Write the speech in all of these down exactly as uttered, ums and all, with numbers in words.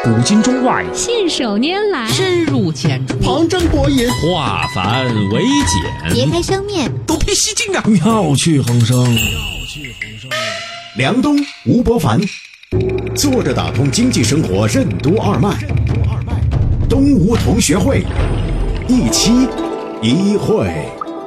古今中外， 信手拈来， 深入浅出， 旁征博引， 化繁为简， 别开生面， 独辟蹊径啊！ 妙趣横生。 梁冬、吴伯凡，坐着打通经济生活任督二脉。东吴同学会，一期一会。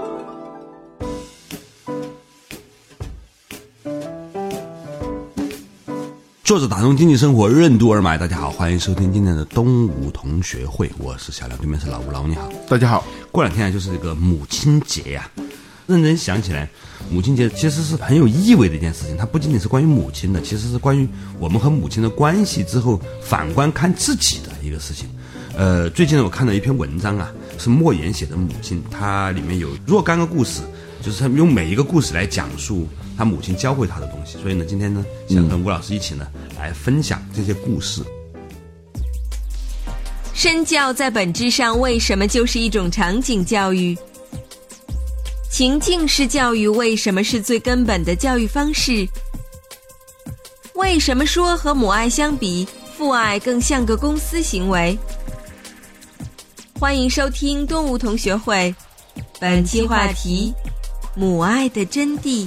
作者打通经济生活任督二脉，大家好，欢迎收听今天的东吴同学会，我是小梁，对面是老吴，老吴你好。 大家好。 过两天啊就是这个母亲节呀、啊，认真想起来，母亲节其实是很有意味的一件事情，它不仅仅是关于母亲的，其实是关于我们和母亲的关系之后反观看自己的一个事情。呃，最近呢我看了一篇文章啊，是莫言写的母亲，它里面有若干个故事，就是他用每一个故事来讲述他母亲教会他的东西，所以呢，今天呢，想跟吴老师一起呢、嗯、来分享这些故事。 身教在本质上为什么就是一种场景教育？情境式教育为什么是最根本的教育方式？为什么说和母爱相比，父爱更像个公司行为？欢迎收听东吴同学会，本期话题：母爱的真谛。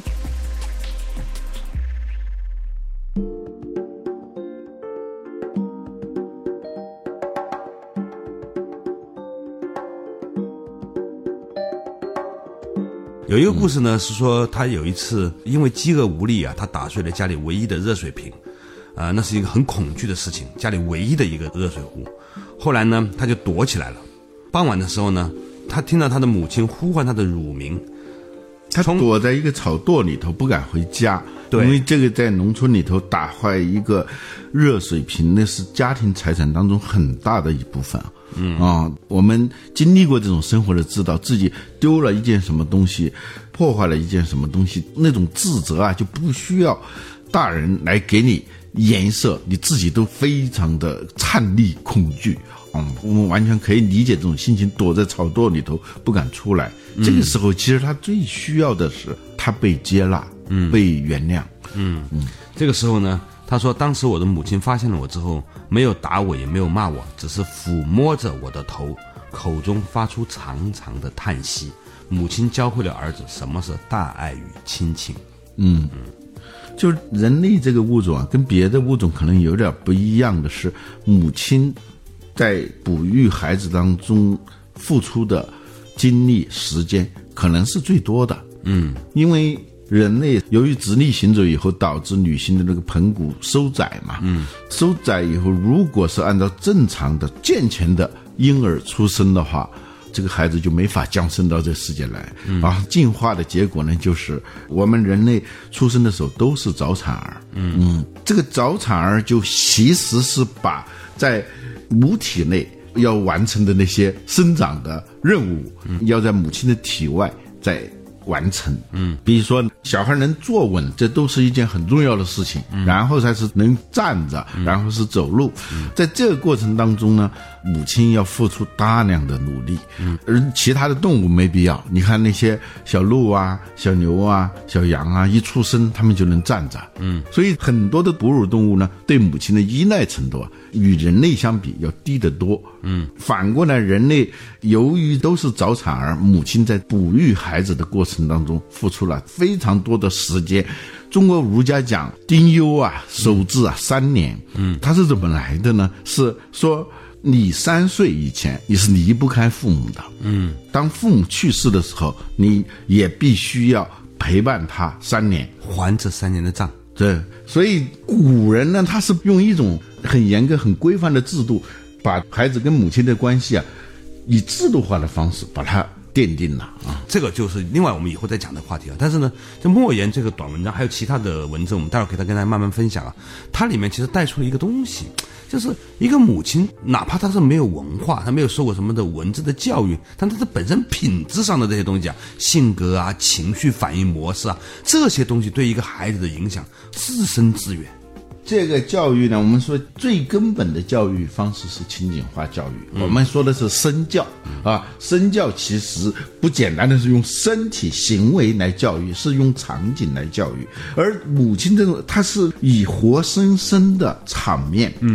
有一个故事呢，是说他有一次因为饥饿无力啊，他打碎了家里唯一的热水瓶，啊、呃，那是一个很恐惧的事情，家里唯一的一个热水壶。后来呢，他就躲起来了。傍晚的时候呢，他听到他的母亲呼唤他的乳名， 他躲在一个草垛里头不敢回家， 对， 因为这个在农村里头打坏一个热水瓶，那是家庭财产当中很大的一部分。嗯啊，我们经历过这种生活的，知道自己丢了一件什么东西，破坏了一件什么东西，那种自责啊，就不需要大人来给你颜色，你自己都非常的颤栗恐惧。嗯，我们完全可以理解这种心情，躲在草垛里头不敢出来。嗯、这个时候，其实他最需要的是他被接纳，嗯，被原谅。 嗯嗯，这个时候呢，他说，当时我的母亲发现了我之后，没有打我，也没有骂我，只是抚摸着我的头，口中发出长长的叹息。母亲教会了儿子什么是大爱与亲情。 嗯嗯。就人类这个物种啊，跟别的物种可能有点不一样的是，母亲在哺育孩子当中付出的精力时间可能是最多的。嗯，因为人类由于直立行走以后导致女性的那个盆骨收窄嘛，嗯，收窄以后，如果是按照正常的健全的婴儿出生的话，这个孩子就没法降生到这世界来。嗯，然后进化的结果呢，就是我们人类出生的时候都是早产儿。嗯嗯，这个早产儿就其实是把在母体内要完成的那些生长的任务，嗯、要在母亲的体外再完成。嗯，比如说小孩能坐稳，这都是一件很重要的事情。嗯、然后才是能站着，嗯、然后是走路。嗯、在这个过程当中呢，母亲要付出大量的努力。嗯，而其他的动物没必要。你看那些小鹿啊、小牛啊、小羊啊，一出生它们就能站着。嗯，所以很多的哺乳动物呢，对母亲的依赖程度啊，与人类相比要低得多。嗯，反过来，人类由于都是早产儿，母亲在哺育孩子的过程当中付出了非常多的时间。中国儒家讲丁忧啊，守志啊，三年。嗯，它是怎么来的呢？是说你三岁以前你是离不开父母的。嗯，当父母去世的时候，你也必须要陪伴他三年， 还这三年的账。 对，所以古人呢，他是用一种很严格、很规范的制度，把孩子跟母亲的关系啊，以制度化的方式把它奠定了啊。 这个就是另外我们以后再讲的话题啊。但是呢，这莫言这个短文章还有其他的文字，我们待会儿可以跟大家慢慢分享啊。它里面其实带出了一个东西，就是一个母亲，哪怕她是没有文化，她没有受过什么的文字的教育，但她的本身品质上的这些东西啊，性格啊、情绪反应模式啊，这些东西对一个孩子的影响自深自远。 这个教育呢，我们说最根本的教育方式是情景化教育。嗯、我们说的是身教啊，身教其实不简单的是用身体行为来教育，是用场景来教育。而母亲这种，它是以活生生的场面，嗯，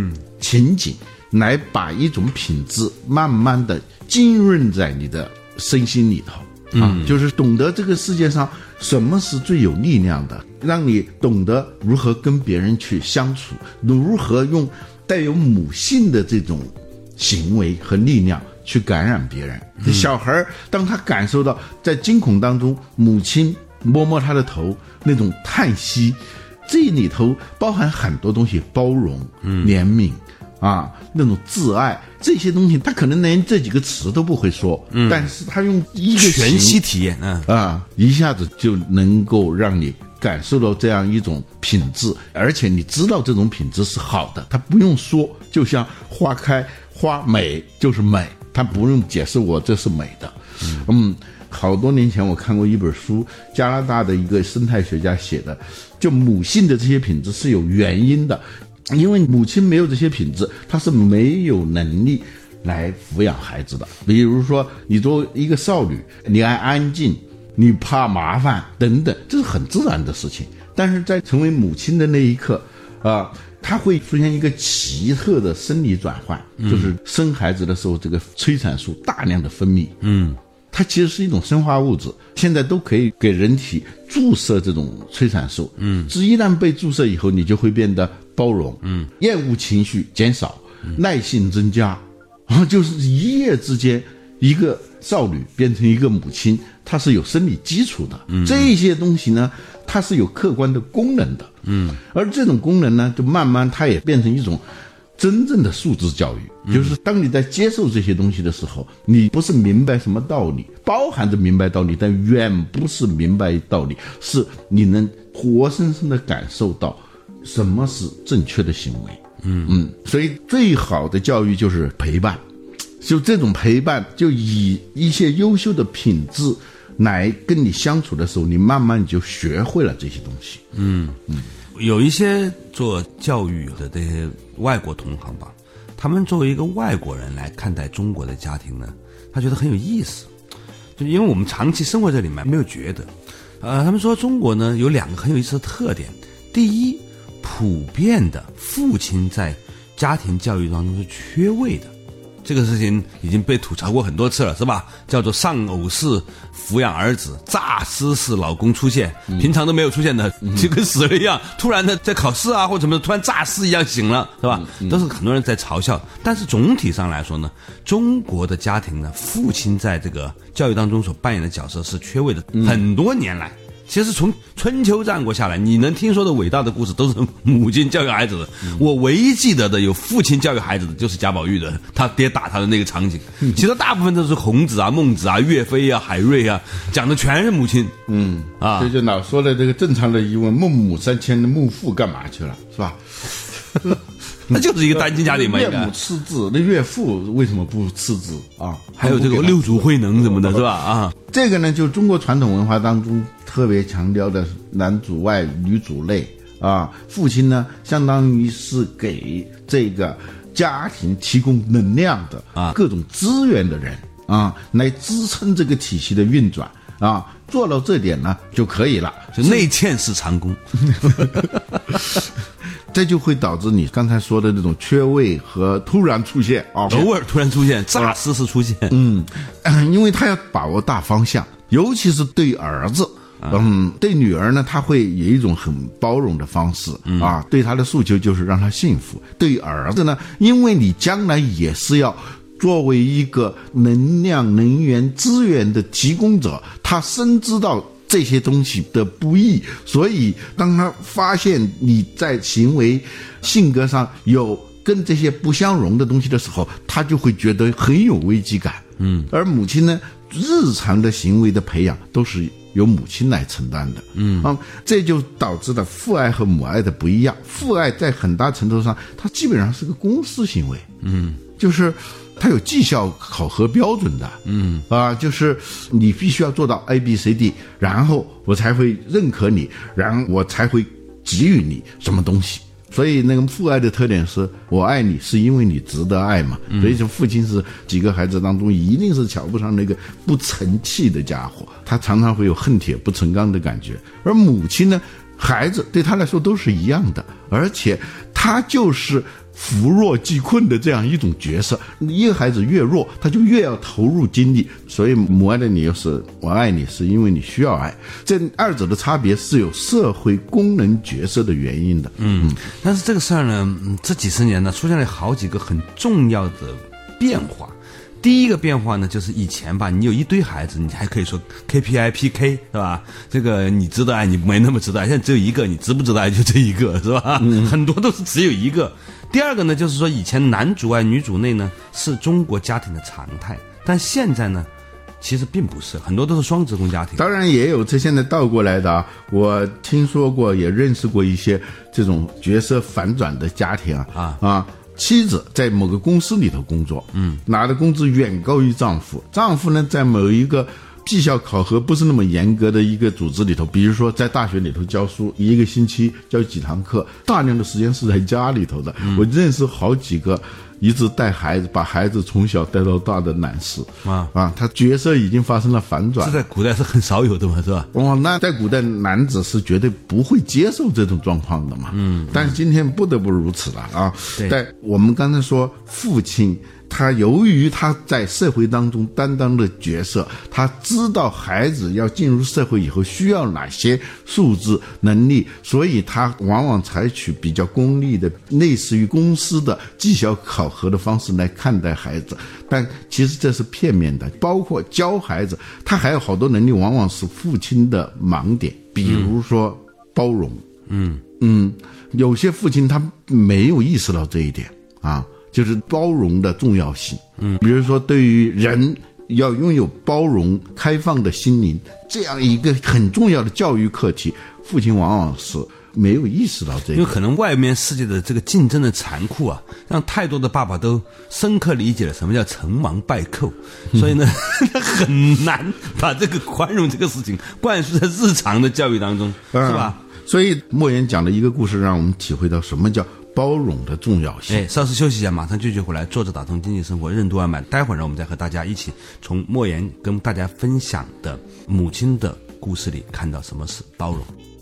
情景，来把一种品质慢慢的浸润在你的身心里头。啊，就是懂得这个世界上什么是最有力量的，让你懂得如何跟别人去相处，如何用带有母性的这种行为和力量去感染别人。嗯、小孩当他感受到在惊恐当中，母亲摸摸他的头，那种叹息，这里头包含很多东西，包容、嗯、怜悯啊，那种挚爱，这些东西他可能连这几个词都不会说，嗯，但是他用一个全息体验，嗯啊，一下子就能够让你感受到这样一种品质，而且你知道这种品质是好的，他不用说，就像花开花美就是美，他不用解释我这是美的。嗯, 嗯好多年前我看过一本书，加拿大的一个生态学家写的，就母性的这些品质是有原因的。因为母亲没有这些品质，她是没有能力来抚养孩子的。比如说你作为一个少女，你爱安静，你怕麻烦等等，这是很自然的事情。但是在成为母亲的那一刻啊，她会出现一个奇特的生理转换，嗯、就是生孩子的时候这个催产素大量的分泌，嗯，它其实是一种生化物质，现在都可以给人体注射这种催产素，嗯，只一旦被注射以后，你就会变得包容，嗯，厌恶情绪减少，嗯、耐性增加，啊，就是一夜之间，一个少女变成一个母亲，它是有生理基础的，嗯，这些东西呢，它是有客观的功能的，嗯，而这种功能呢，就慢慢它也变成一种真正的素质教育，就是当你在接受这些东西的时候，你不是明白什么道理，包含着明白道理，但远不是明白道理，是你能活生生的感受到什么是正确的行为。嗯嗯，所以最好的教育就是陪伴，就这种陪伴，就以一些优秀的品质来跟你相处的时候，你慢慢你就学会了这些东西。 嗯嗯，有一些做教育的这些外国同行吧，他们作为一个外国人来看待中国的家庭呢，他觉得很有意思，就因为我们长期生活在里面没有觉得。呃，他们说中国呢有两个很有意思的特点，第一，普遍的父亲在家庭教育当中是缺位的，这个事情已经被吐槽过很多次了，是吧？叫做丧偶式抚养儿子，诈尸式老公出现，嗯、平常都没有出现的，嗯、就跟死了一样，突然的在考试啊或者什么，突然诈尸一样醒了，是吧？嗯嗯、都是很多人在嘲笑。但是总体上来说呢，中国的家庭呢，父亲在这个教育当中所扮演的角色是缺位的，嗯、很多年来。其实从春秋战国下来，你能听说的伟大的故事都是母亲教育孩子的。嗯、我唯一记得的有父亲教育孩子的，就是贾宝玉的他爹打他的那个场景。嗯、其实大部分都是孔子啊、孟子啊、岳飞啊、海瑞啊，讲的全是母亲。嗯啊， 这就老说的这个正常的疑问：孟母三迁的孟父干嘛去了，是吧？ 那就是一个单亲家庭嘛。 岳母赤字，那岳父为什么不赤字啊？ 还有这个六祖慧能什么的，是吧？啊， 这个呢，就中国传统文化当中特别强调的男主外女主内啊。父亲呢，相当于是给这个家庭提供能量的啊，各种资源的人啊，来支撑这个体系的运转啊。做到这点呢就可以了， 就内嵌式长工。 这就会导致你刚才说的那种缺位和突然出现啊， 偶尔突然出现，诈尸式出现。 嗯，因为他要把握大方向，尤其是对儿子，嗯，对女儿呢，他会有一种很包容的方式、嗯、啊，对他的诉求就是让他幸福。对儿子呢，因为你将来也是要作为一个能量、能源、资源的提供者，他深知到这些东西的不易，所以当他发现你在行为性格上有跟这些不相容的东西的时候，他就会觉得很有危机感。嗯，而母亲呢，日常的行为的培养都是由母亲来承担的。嗯啊，这就导致了父爱和母爱的不一样。父爱在很大程度上，它基本上是个公司行为。嗯，就是它有绩效考核标准的。嗯啊，就是你必须要做到 A B C D， 然后我才会认可你，然后我才会给予你什么东西。所以那个父爱的特点是我爱你是因为你值得爱嘛。所以说父亲是几个孩子当中一定是瞧不上那个不成器的家伙，他常常会有恨铁不成钢的感觉。而母亲呢， 孩子对他来说都是一样的，而且他就是扶弱济困的这样一种角色。一个孩子越弱，他就越要投入精力，所以母爱的理由是我爱你是因为你需要爱，这二者的差别是有社会功能角色的原因的。 嗯，但是这个事儿呢，这几十年呢出现了好几个很重要的变化。第一个变化呢，就是以前吧，你有一堆孩子，你还可以说 K P I P K 是吧？这个你值得爱，你没那么值得爱。现在只有一个，你值不值得爱就这一个，是吧？嗯、很多都是只有一个。第二个呢，就是说以前男主外女主内呢是中国家庭的常态，但现在呢，其实并不是，很多都是双职工家庭。 当然也有这现在倒过来的啊，我听说过，也认识过一些这种角色反转的家庭啊啊。啊妻子在某个公司里头工作，嗯，拿的工资远高于丈夫。丈夫呢，在某一个绩效考核不是那么严格的一个组织里头，比如说在大学里头教书，一个星期教几堂课，大量的时间是在家里头的。嗯、我认识好几个一直带孩子，把孩子从小带到大的男士啊啊，他角色已经发生了反转。 这在古代是很少有的嘛，是吧？ 哦，那在古代男子是绝对不会接受这种状况的嘛。嗯，但是今天不得不如此了啊。对，但我们刚才说父亲。他由于他在社会当中担当的角色，他知道孩子要进入社会以后需要哪些素质能力，所以他往往采取比较功利的类似于公司的绩效考核的方式来看待孩子。但其实这是片面的，包括教孩子，他还有好多能力往往是父亲的盲点，比如说包容。嗯嗯，有些父亲他没有意识到这一点啊，就是包容的重要性。嗯，比如说对于人要拥有包容开放的心灵这样一个很重要的教育课题，父亲往往是没有意识到这个。 因为可能外面世界的这个竞争的残酷啊，让太多的爸爸都深刻理解了什么叫成王败寇，所以呢很难把这个宽容这个事情灌输在日常的教育当中，是吧？ 所以莫言讲的一个故事让我们体会到什么叫包容的重要性。 哎，稍事休息一下，马上继续回来。坐着打通经济生活，任督二脉。待会儿呢，我们再和大家一起从莫言跟大家分享的母亲的故事里看到什么是包容。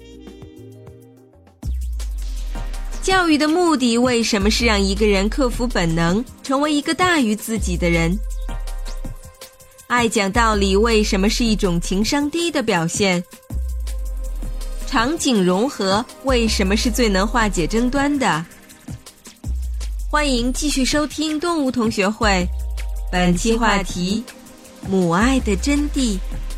教育的目的为什么是让一个人克服本能，成为一个大于自己的人？爱讲道理为什么是一种情商低的表现？场景融合为什么是最能化解争端的？欢迎继续收听动物同学会，本期话题：母爱的真谛。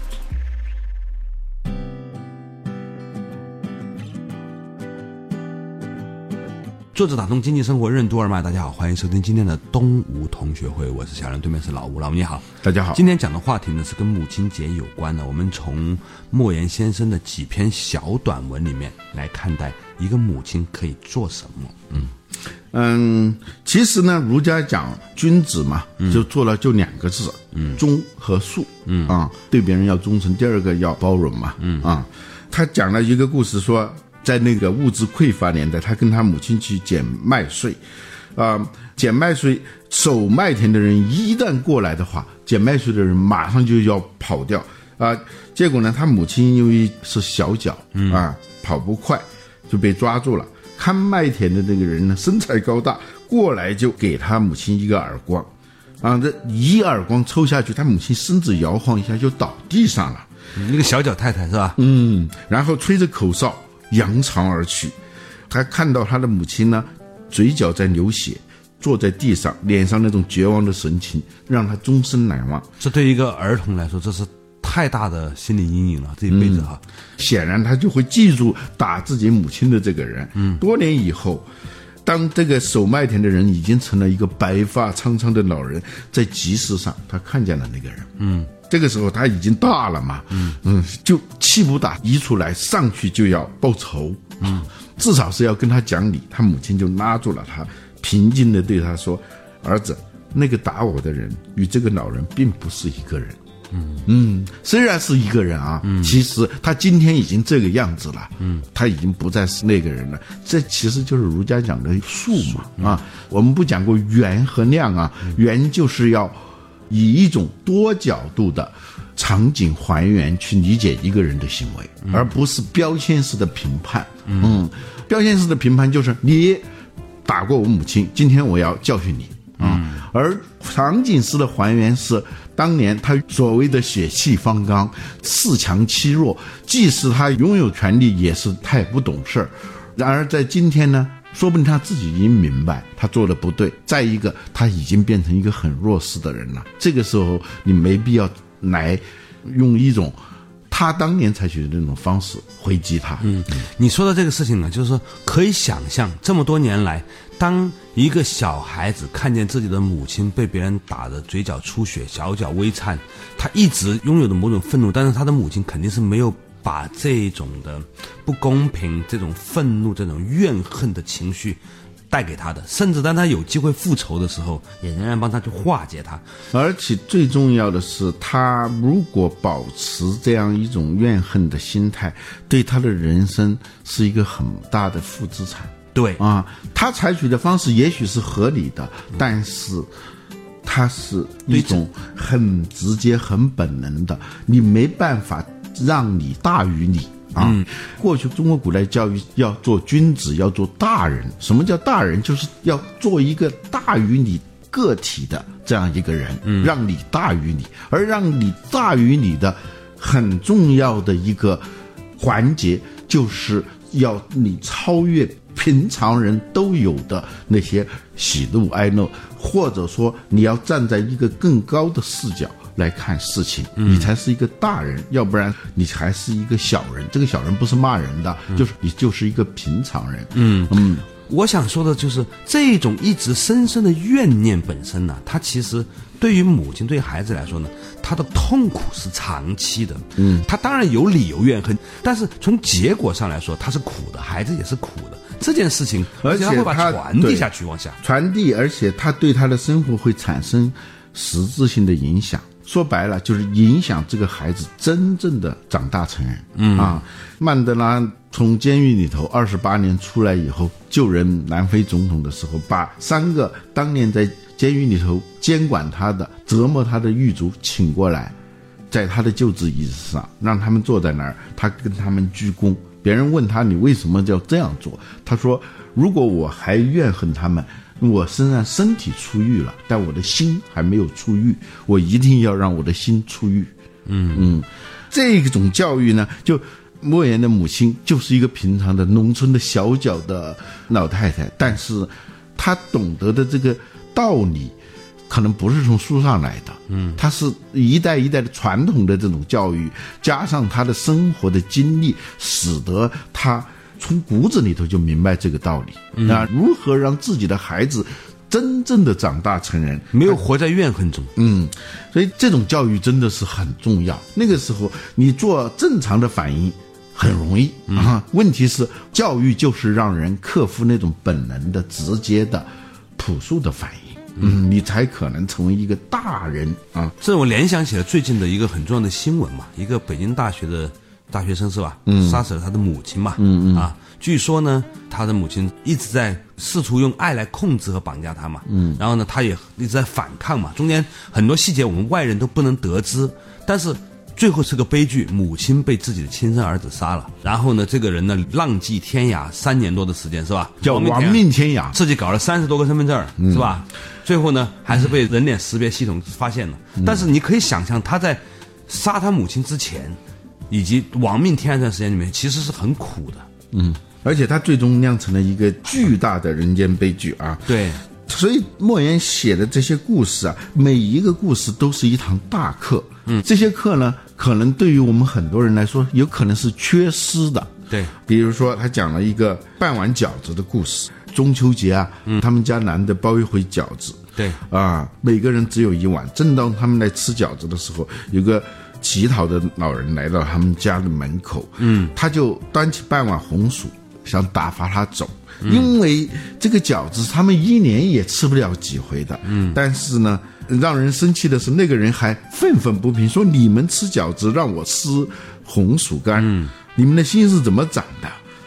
作者打通经济生活任督二脉，大家好，欢迎收听今天的东吴同学会，我是小梁，对面是老吴，老吴你好。 大家好。 今天讲的话题呢是跟母亲节有关的，我们从莫言先生的几篇小短文里面来看待一个母亲可以做什么。嗯嗯，其实呢，儒家讲君子嘛，就做了就两个字，嗯，忠和恕，嗯啊，对别人要忠诚，第二个要包容嘛，嗯啊，他讲了一个故事说。在那个物质匮乏年代，他跟他母亲去捡麦穗，啊、呃，捡麦穗，守麦田的人一旦过来的话，捡麦穗的人马上就要跑掉啊、呃。结果呢，他母亲因为是小脚啊、呃，跑不快，就被抓住了。看麦田的那个人呢，身材高大，过来就给他母亲一个耳光，啊，这一耳光抽下去，他母亲身子摇晃一下就倒地上了。 那个小脚太太是吧？ 嗯，然后吹着口哨。扬长而去，他看到他的母亲呢，嘴角在流血，坐在地上，脸上那种绝望的神情，让他终身难忘。 这对一个儿童来说，这是太大的心理阴影了，这一辈子哈、嗯。 显然，他就会记住打自己母亲的这个人。嗯，多年以后，当这个守麦田的人已经成了一个白发苍苍的老人，在集市上，他看见了那个人。嗯。这个时候他已经大了嘛，嗯嗯，就气不打一处来，上去就要报仇，嗯，至少是要跟他讲理。他母亲就拉住了他，平静地对他说：“儿子，那个打我的人与这个老人并不是一个人。”嗯嗯，虽然是一个人啊，嗯，其实他今天已经这个样子了，嗯，他已经不再是那个人了。这其实就是儒家讲的术嘛，啊，我们不讲过圆和量啊，圆就是要以一种多角度的场景还原去理解一个人的行为，嗯、而不是标签式的评判。嗯，嗯标签式的评判就是你打过我母亲，今天我要教训你。嗯，而场景式的还原是当年他所谓的血气方刚、恃强欺弱，即使他拥有权力，也是他也不懂事儿。然而在今天呢，说不定他自己已经明白他做的不对，再一个他已经变成一个很弱势的人了。这个时候你没必要来用一种他当年采取的那种方式回击他。 嗯，你说的这个事情呢，就是说可以想象这么多年来，当一个小孩子看见自己的母亲被别人打得嘴角出血、小脚微颤，他一直拥有的某种愤怒，但是他的母亲肯定是没有把这种的不公平、这种愤怒、这种怨恨的情绪带给他的，甚至当他有机会复仇的时候，也仍然帮他去化解他。 而且最重要的是，他如果保持这样一种怨恨的心态，对他的人生是一个很大的负资产。 对啊，他采取的方式也许是合理的，但是他是一种很直接、很本能的，你没办法让你大于你。啊、嗯，过去中国古代教育要做君子，要做大人。什么叫大人？就是要做一个大于你个体的这样一个人，嗯、让你大于你，而让你大于你的很重要的一个环节，就是要你超越平常人都有的那些喜怒哀乐，或者说你要站在一个更高的视角来看事情，你才是一个大人，要不然你还是一个小人。这个小人不是骂人的，嗯、就是你就是一个平常人。嗯嗯， 我想说的就是这种一直深深的怨念本身呢、啊，它其实对于母亲对于孩子来说呢，他的痛苦是长期的。嗯，他当然有理由怨恨，但是从结果上来说，他是苦的，孩子也是苦的。这件事情， 而且他会把传递下去，往下传递，而且他对他的生活会产生实质性的影响。说白了，就是影响这个孩子真正的长大成人。嗯啊，曼德拉从监狱里头二十八年出来以后，就任南非总统的时候，把三个当年在监狱里头监管他的、折磨他的狱卒请过来，在他的就职仪式上，让他们坐在那儿，他跟他们鞠躬。别人问他你为什么要这样做，他说如果我还怨恨他们，我身上身体出狱了，但我的心还没有出狱，我一定要让我的心出狱。嗯嗯，这种教育呢，就莫言的母亲就是一个平常的农村的小脚的老太太，但是她懂得的这个道理可能不是从书上来的，嗯，它是一代一代的传统的这种教育，加上他的生活的经历，使得他从骨子里头就明白这个道理。嗯、那如何让自己的孩子真正的长大成人， 没有活在怨恨中？ 嗯，所以这种教育真的是很重要。那个时候你做正常的反应很容易、嗯、啊，问题是教育就是让人克服那种本能的、直接的、朴素的反应。嗯，你才可能成为一个大人啊！ 这我联想起了最近的一个很重要的新闻嘛，一个北京大学的大学生是吧？嗯，杀死了他的母亲嘛。嗯嗯啊，据说呢，他的母亲一直在试图用爱来控制和绑架他嘛。嗯，然后呢，他也一直在反抗嘛，中间很多细节我们外人都不能得知，但是最后是个悲剧，母亲被自己的亲生儿子杀了。然后呢，这个人呢浪迹天涯三年多的时间是吧？ 叫亡命天涯， 自己搞了三十多个身份证、嗯、是吧？最后呢，还是被人脸识别系统发现了。嗯、但是你可以想象，他在杀他母亲之前，以及亡命天涯这段时间里面，其实是很苦的。 嗯，而且他最终酿成了一个巨大的人间悲剧啊！ 对。 所以莫言写的这些故事啊，每一个故事都是一堂大课。嗯，这些课呢，可能对于我们很多人来说，有可能是缺失的。 对， 比如说他讲了一个半碗饺子的故事。中秋节啊，嗯、他们家男的包一回饺子。 对啊，每个人只有一碗。正当他们来吃饺子的时候，有个乞讨的老人来到他们家的门口。嗯，他就端起半碗红薯，想打发他走。因为这个饺子他们一年也吃不了几回的，嗯，但是呢，让人生气的是那个人还愤愤不平，说你们吃饺子让我吃红薯干，嗯，你们的心是怎么长的？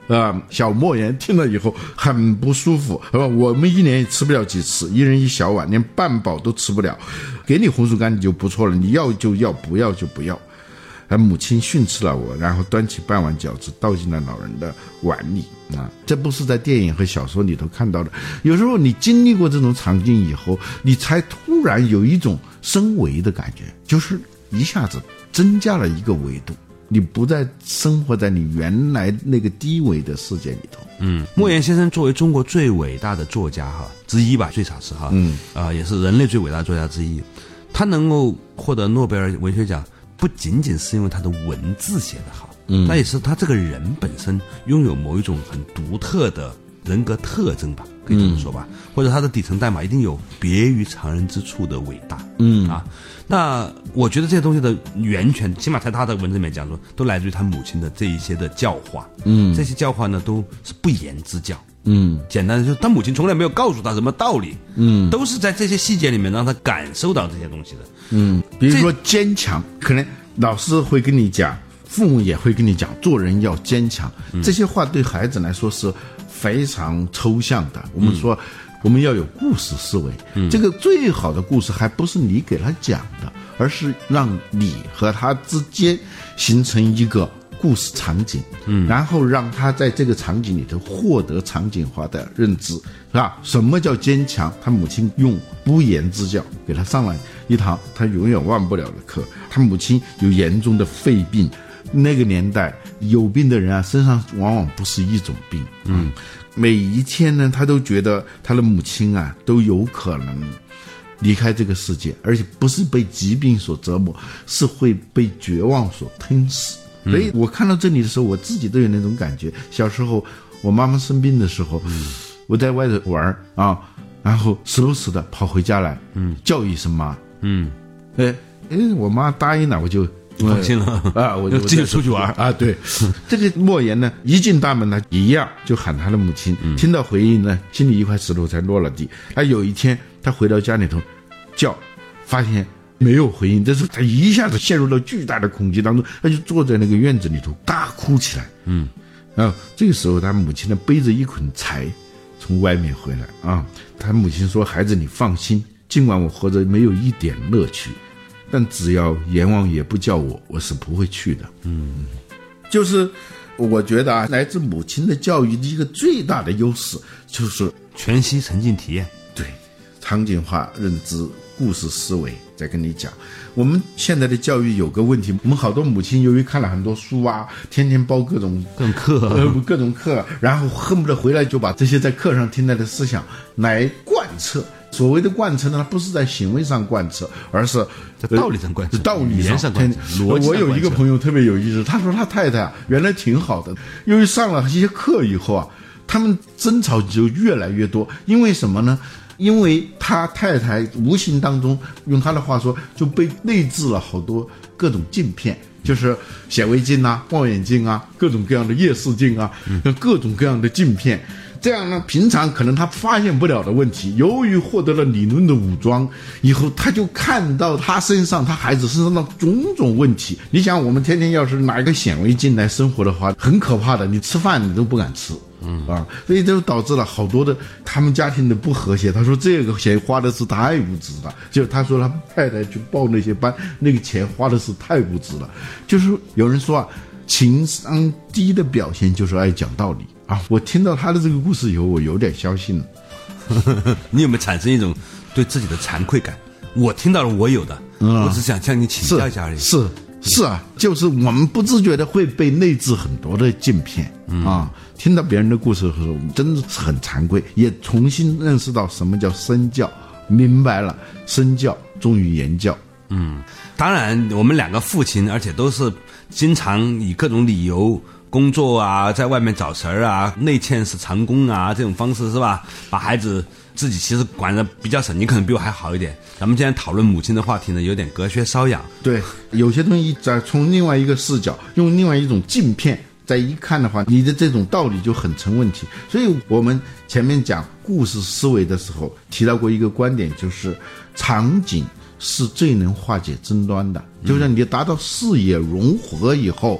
啊、呃，小莫言听了以后很不舒服，呃，我们一年也吃不了几次，一人一小碗，连半饱都吃不了。给你红薯干你就不错了，你要就要，不要就不要。而母亲训斥了我，然后端起半碗饺子倒进了老人的碗里啊！这不是在电影和小说里头看到的。有时候你经历过这种场景以后，你才突然有一种升维的感觉，就是一下子增加了一个维度，你不再生活在你原来那个低维的世界里头。 嗯，莫言先生作为中国最伟大的作家哈之一吧，最少是哈，嗯啊、呃，也是人类最伟大的作家之一。他能够获得诺贝尔文学奖，不仅仅是因为他的文字写得好，嗯，那也是他这个人本身拥有某一种很独特的人格特征吧，可以这么说吧，嗯、或者他的底层代码一定有别于常人之处的伟大，嗯啊。那我觉得这些东西的源泉，起码在他的文字里面讲说，都来自于他母亲的这一些的教化，嗯，这些教化呢都是不言之教。嗯，简单的就是他母亲从来没有告诉他什么道理，嗯，都是在这些细节里面让他感受到这些东西的。 嗯，比如说坚强，可能老师会跟你讲，父母也会跟你讲，做人要坚强，嗯、这些话对孩子来说是非常抽象的。我们说，嗯、我们要有故事思维，嗯、这个最好的故事还不是你给他讲的，而是让你和他之间形成一个故事场景，嗯，然后让他在这个场景里头获得场景化的认知，是吧？什么叫坚强？他母亲用不言之教给他上了一堂他永远忘不了的课。他母亲有严重的肺病，那个年代有病的人啊，身上往往不是一种病，嗯，每一天呢，他都觉得他的母亲啊都有可能离开这个世界，而且不是被疾病所折磨，是会被绝望所吞噬。所以我看到这里的时候，我自己都有那种感觉。小时候我妈妈生病的时候，嗯、我在外头玩啊，然后时不时的跑回家来，嗯，叫一声妈，嗯，哎哎，我妈答应了，我就放心了啊，我就继续出去玩啊。对，这个莫言呢，一进大门呢，一样就喊他的母亲，嗯、听到回应呢，心里一块石头才落了地。他有一天他回到家里头，叫，发现没有回应，但是他一下子陷入了巨大的恐惧当中，他就坐在那个院子里头大哭起来。嗯，然后这个时候他母亲呢背着一捆柴从外面回来啊，他母亲说：“孩子，你放心，尽管我活着没有一点乐趣，但只要阎王爷不叫我，我是不会去的。”嗯，就是我觉得啊，来自母亲的教育的一个最大的优势就是全息沉浸体验， 对，场景化认知。故事思维再跟你讲，我们现在的教育有个问题，我们好多母亲由于看了很多书啊，天天包各种各种课、 呃、各种课，然后恨不得回来就把这些在课上听来的思想来贯彻。所谓的贯彻呢，它不是在行为上贯彻，而是在道理上贯彻， 道理上贯彻。 我有一个朋友特别有意思，他说他太太啊原来挺好的，由于上了一些课以后啊，他们争吵就越来越多，因为什么呢？因为他太太无形当中，用他的话说，就被内置了好多各种镜片，就是显微镜啊、望远镜啊、各种各样的夜视镜啊，各种各样的镜片。这样呢，平常可能他发现不了的问题，由于获得了理论的武装以后，他就看到他身上、他孩子身上的种种问题。你想，我们天天要是拿一个显微镜来生活的话，很可怕的，你吃饭你都不敢吃。嗯啊，所以就导致了好多的他们家庭的不和谐。他说这个钱花的是太无知了，就他说他太太去报那些班，那个钱花的是太无知了。就是有人说啊，情商低的表现就是爱讲道理啊。我听到他的这个故事以后，我有点相信了。 你有没有产生一种对自己的惭愧感？我听到了，我有的，嗯、我只想向你请教一下而已。 是。是是啊，就是我们不自觉的会被内置很多的镜片、嗯、啊。听到别人的故事的时候，我们真的是很惭愧，也重新认识到什么叫身教，明白了身教重于言教。 嗯，当然我们两个父亲，而且都是经常以各种理由工作啊，在外面找词儿啊，内嵌式长工啊，这种方式是吧？把孩子自己其实管得比较省，你可能比我还好一点。咱们今天讨论母亲的话题呢，有点隔靴搔痒。 对，有些东西再从另外一个视角，用另外一种镜片再一看的话，你的这种道理就很成问题。所以我们前面讲故事思维的时候提到过一个观点，就是场景是最能化解争端的，就是你达到视野融合以后，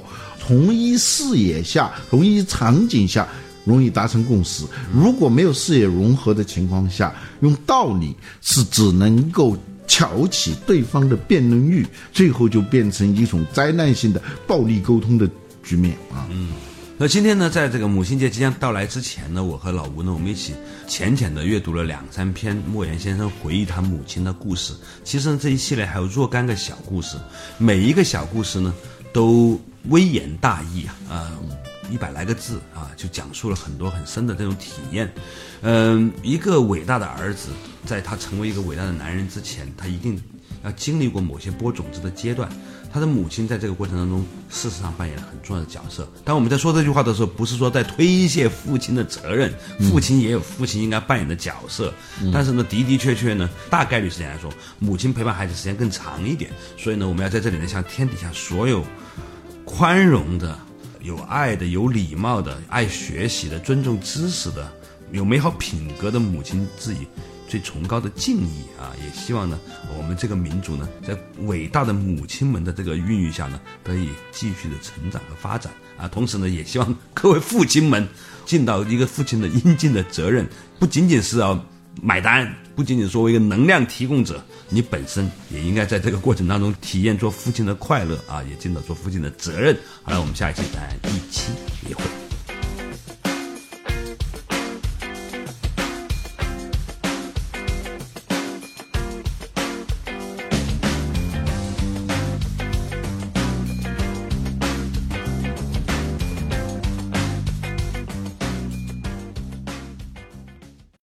同一视野下、同一场景下容易达成共识。如果没有视野融合的情况下，用道理是只能够挑起对方的辩论欲，最后就变成一种灾难性的暴力沟通的局面啊。 嗯，那今天呢，在这个母亲节即将到来之前呢，我和老吴呢，我们一起浅浅的阅读了两三篇莫言先生回忆他母亲的故事。其实呢，这一系列还有若干个小故事，每一个小故事呢，都微言大义啊，呃，一百来个字啊，就讲述了很多很深的这种体验。嗯、呃，一个伟大的儿子，在他成为一个伟大的男人之前，他一定要经历过某些播种子的阶段。他的母亲在这个过程当中，事实上扮演了很重要的角色。当我们在说这句话的时候，不是说在推卸父亲的责任，父亲也有父亲应该扮演的角色。嗯、但是呢，的的确确呢，大概率时间来说，母亲陪伴孩子时间更长一点。所以呢，我们要在这里呢，向天底下所有宽容的、有爱的、有礼貌的、爱学习的、尊重知识的、有美好品格的母亲致以最崇高的敬意啊！也希望呢，我们这个民族呢，在伟大的母亲们的这个孕育下呢，得以继续的成长和发展啊！同时呢，也希望各位父亲们尽到一个父亲的应尽的责任，不仅仅是要买单，不仅仅作为一个能量提供者，你本身也应该在这个过程当中体验做父亲的快乐啊，也尽到做父亲的责任。好了，我们下一期再一期一会。